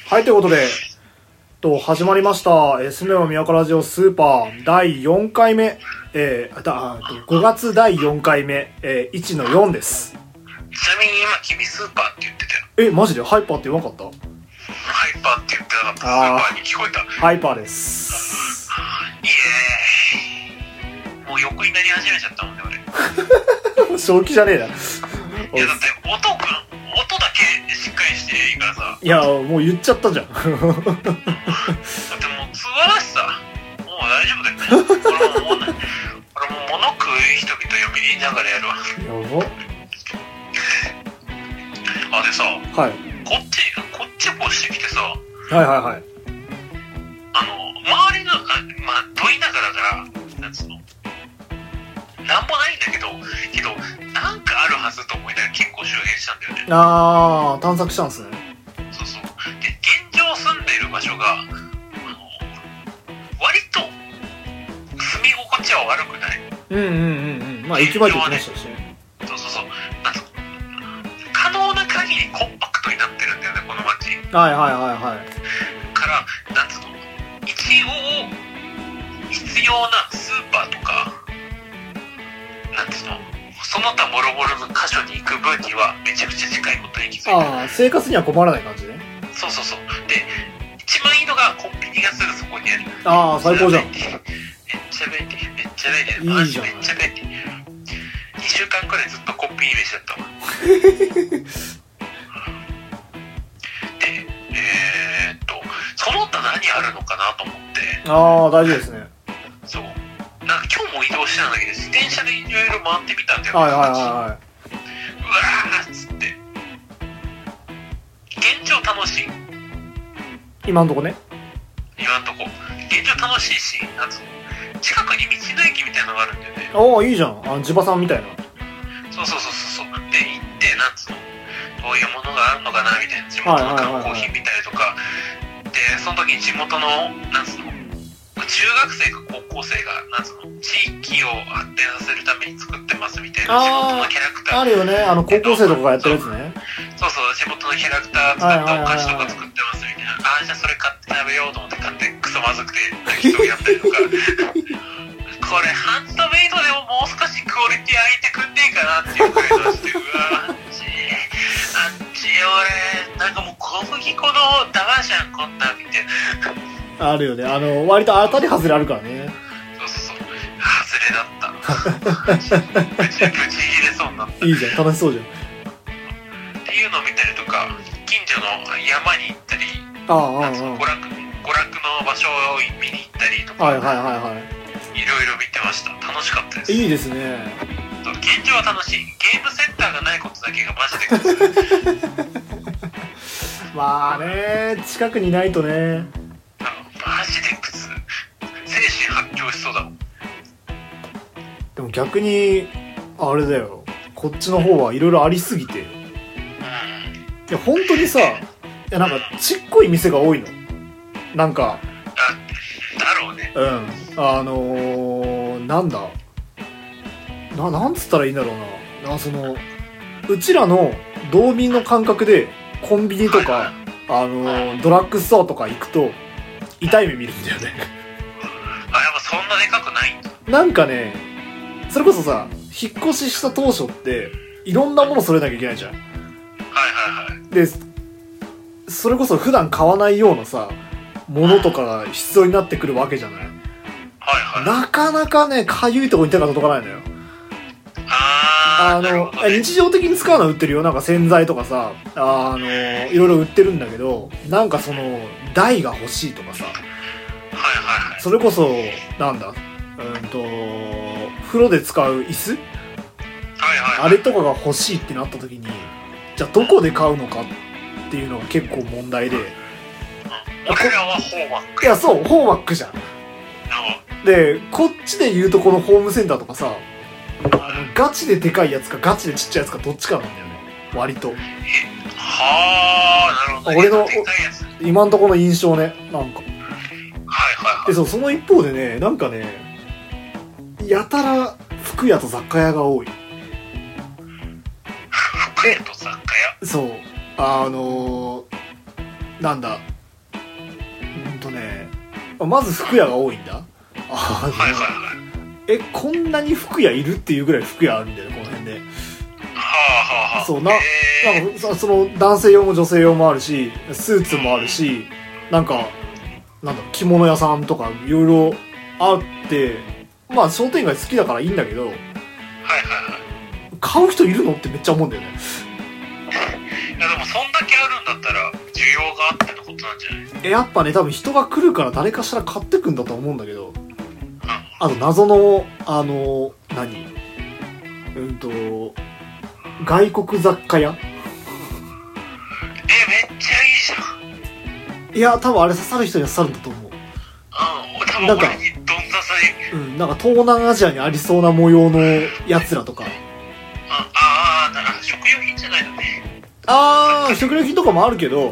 はい、ということで、始まりました、すめば都ラジオスーパー第4回目、5月第4回目、1の4です。 ちなみに今君スーパーって言ってたよ。 マジでハイパーって言わなかった？ ハイパーって言ってなかった。スーパーに聞こえた。 ハイパーです。 イエーイ。もう横になり始めちゃったもんね俺。 正気じゃねえな。いやだって音だけしっかりしていいからさ。 いやもう言っちゃったじゃん。だってもう素晴らしさもう大丈夫だよね。俺も物食う人々読みながらやるわ。 やば。 あでさ、 はい、 こっちこうしてきてさ、 はいはいはい、 周りのどいながらなんつうのなんもないんだけどなんかあるはずと思いながら結構周辺したんだよね。 探索したんですね。 そうそう。で現状住んでる場所が割と住み心地は悪くない。 まあ行き場所行きましたしね。 そうなんか可能な限りコンパクトになってるんだよねこの街。 はいはいはいはい。 からなんつうの一応必要なスーパーとかなんつうのその他もろもろの箇所に行く分にはめちゃくちゃ近いことに気づいた。 生活には困らない感じね。 そうで一番いいのがコンビニがすぐそこにある。 最高じゃん。 めっちゃ便利いいじゃん。 めっちゃ便利。2週間くらいずっとコンビニ飯だったわ。でその他何あるのかなと思って。 大事ですね。 そうなんか今日も移動してたんだけど自転車でいろいろ回ってみたんだよ。 はい、 うわーっつって現状楽しい。 今んとこね。 現状楽しいし、なんつうの近くに道の駅みたいなのがあるんだよね。 いいじゃん。地場産みたいな。 そうで行ってなんつうのどういうものがあるのかなみたいな地元の観光品見たりとか、でその時に地元のなんつうの中学生か高校生がなんつうの地域を発展させるために作ってますみたいな地元のキャラクターあるよね。高校生とかがやってるやつね。 そう地元のキャラクター使ったお菓子とか作ってますみたいな。じゃあそれ買って食べようと思って買ってクソまずくて適当やったりとかこれハンドメイドでももう少しクオリティ上げてくんねえかなっていうくらいのしてあっち俺なんかもう小麦粉のダマじゃんこんなんみたいな。 あるよね。割と当たり外れあるからね。 そう外れだったブチ切れそうになった。 いいじゃん、楽しそうじゃんっていうのを見たりとか近所の山に行ったり娯楽の場所を見に行ったりとかいろいろ見てました。楽しかったです。 いいですね。 現状は楽しい。ゲームセンターがないことだけがマジで苦痛。 まあね近くにないとねマジで苦痛。精神発狂しそうだもん。 でも逆にあれだよ、こっちの方はいろいろありすぎて、いや本当にさ、なんかちっこい店が多いの。なんかだろうね。 なんだなんつったらいいんだろうな。うちらの道民の感覚でコンビニとか、ドラッグストアとか行くと痛い目見るんだよね。 やっぱそんなでかくないんだ。 なんかね、それこそさ、引っ越しした当初っていろんなもの揃えなきゃいけないじゃん。でそれこそ普段買わないようなさものとかが必要になってくるわけじゃない。なかなかねかゆいとこに手が届かないのよ。日常的に使うのは売ってるよ。なんか洗剤とかさいろいろ売ってるんだけど、なんか台が欲しいとかさ、それこそなんだ風呂で使う椅子、あれとかが欲しいってなった時にじゃあどこで買うのかっていうのが結構問題で。 俺らはホーマック。 いやそうホーマックじゃん。でこっちで言うとこのホームセンターとかさ、ガチででかいやつかガチでちっちゃいやつかどっちかなんだよね割と。 なるほど。 俺の今んとこの印象ね。なんかでその一方でね、なんかねやたら服屋と雑貨屋が多い。 服屋と雑貨屋。 そうなんだまず服屋が多いんだ。 はいはいはい。 こんなに服屋いるっていうぐらい服屋あるんだよね、この辺で。 はあはあはあ。 そうなんかその男性用も女性用もあるし、スーツもあるし、なんだ着物屋さんとかいろいろあって、まあ商店街好きだからいいんだけど、 はいはいはい。 買う人いるのってめっちゃ思うんだよね。 いやでもそんだけあるんだったら需要があってのことなんじゃない？ やっぱね、多分人が来るから誰かしら買ってくんだと思うんだけど、あと謎の外国雑貨屋。 めっちゃいいじゃん。 いや多分あれ刺さる人には刺さるんだと思う。 多分俺にどんざさに。なんか東南アジアにありそうな模様のやつらとか。 食料品じゃないのね。 食料品とかもあるけど、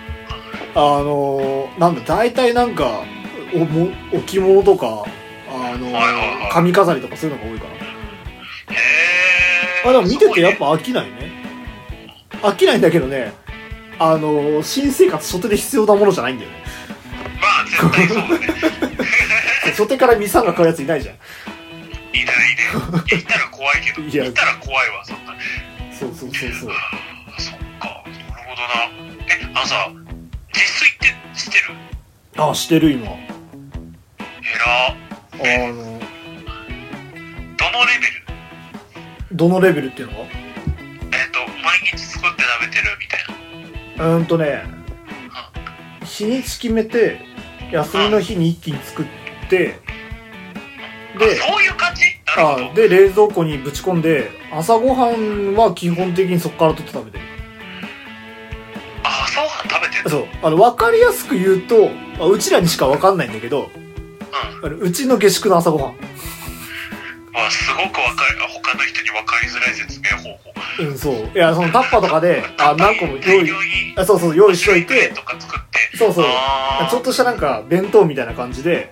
大体なんか置物とか髪飾りとかそういうのが多いかな。でも見ててやっぱ飽きないね。飽きないんだけどね、新生活初手で必要なものじゃないんだよね。 まあ絶対そうだね。 初手からミサンが買うやついないじゃん。 いないね。いたら怖いけど、いたら怖いわ、そんな。 そうそっか、なるほどな。さ、自炊ってしてる？ してる今。どのレベルっていうのは？ 毎日作って食べてるみたいな。 日にち決めて休みの日に一気に作って、でそういう感じ？なるほど。 で冷蔵庫にぶち込んで、朝ごはんは基本的にそこから取って食べてる。 朝ごはん食べてる？ そう分かりやすく言うと、うちらにしか分かんないんだけど、うちの下宿の朝ごはん。 すごく他の人に分かりづらい説明方法。 そう。いや、そのタッパーとかで何個も用意しといて、そうちょっとしたなんか弁当みたいな感じで、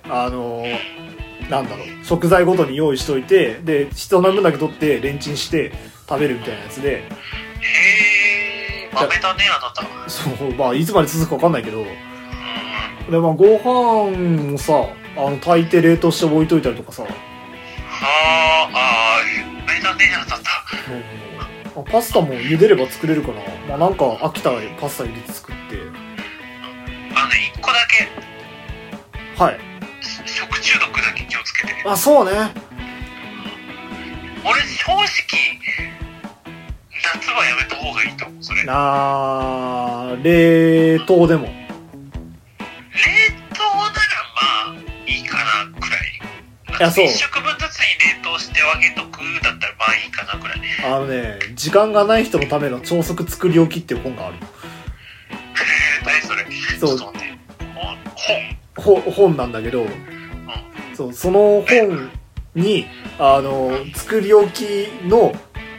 食材ごとに用意しといて、で必要な分だけ取ってレンチンして食べるみたいなやつで。 豆だね、あなた。 そう、いつまで続くか分かんないけど、でご飯もさ、炊いて冷凍して置いといたりとかさ。 豆だね、あなた。 パスタも茹でれば作れるから、なんか飽きたらパスタ入れて作って。 1個だけ。 はい。 食中毒だけ気をつけて。 そうね。 俺正直夏はやめた方がいいと思う、それ。 冷凍でも。 冷凍ならまあいいかなくらい。1食分ずつに冷凍してあげとくだったらまあいいかなくらいね。 時間がない人のための超速作り置きっていう本がある。 何それ？ そう。 ちょっと待って。 本なんだけど、その本に作り置きの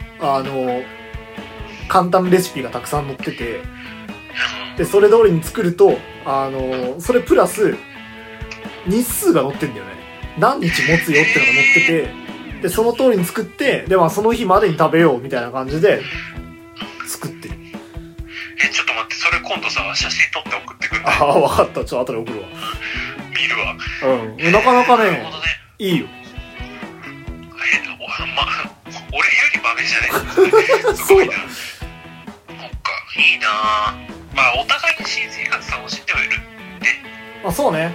簡単レシピがたくさん載ってて、でそれ通りに作るとそれプラス日数が載ってんだよね。何日持つよってのが載ってて、でその通りに作って、でその日までに食べようみたいな感じで作ってる。 ちょっと待って、それ今度さ写真撮って送ってくんない？ 分かった、後で送るわ。 見るわ。 なかなかね、いいよ。 俺より豆じゃね。すごいな。そっか、いいな。お互いに新生活楽しんではいるね。 そうね。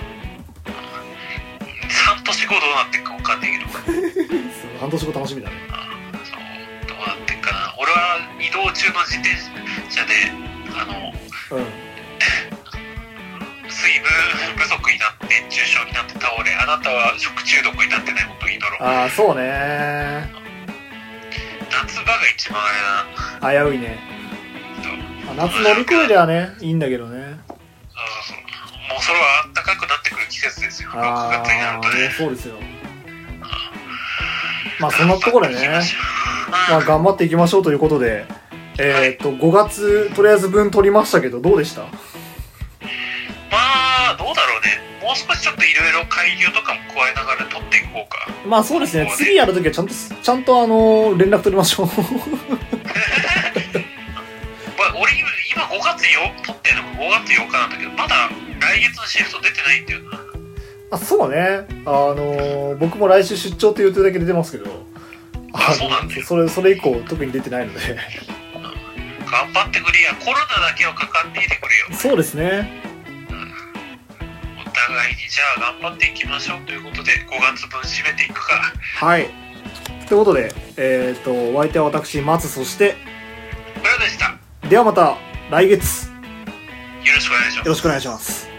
半年後どうなってるか分かんないけど。 半年後楽しみだね。 どうなってるかな。俺は移動中の自転車で水分不足になって熱中症になって倒れ、あなたは食中毒になってないことを祈ろう。 そうね。 夏場が一番あれだな。危ういね。夏乗り越えりゃね、いいんだけどね。 もうそれは暖かくなってくる季節ですよ。6月になるとね。 そうですよ。そんなところでね、頑張っていきましょうということで、5月とりあえず分取りましたけど、どうでした？ どうだろうね。もう少しちょっといろいろ改良とかも加えながら取っていこうか。 そうですね。次やるときはちゃんと連絡取りましょう。 俺今5月よ撮ってるのが5月8日なんだけど、まだ来月のシフト出てないんだよな。 そうね。僕も来週出張という予定だけ出てますけど、 そうなんだよ。 それ以降特に出てないので頑張ってくれや。コロナだけはかかっていてくれよ。 そうですね。 お互いにじゃあ頑張っていきましょうということで、5月分締めていくか。 はい。ということで、お相手は私、松、そして、 村でした。 ではまた来月。 よろしくお願いします。 よろしくお願いします。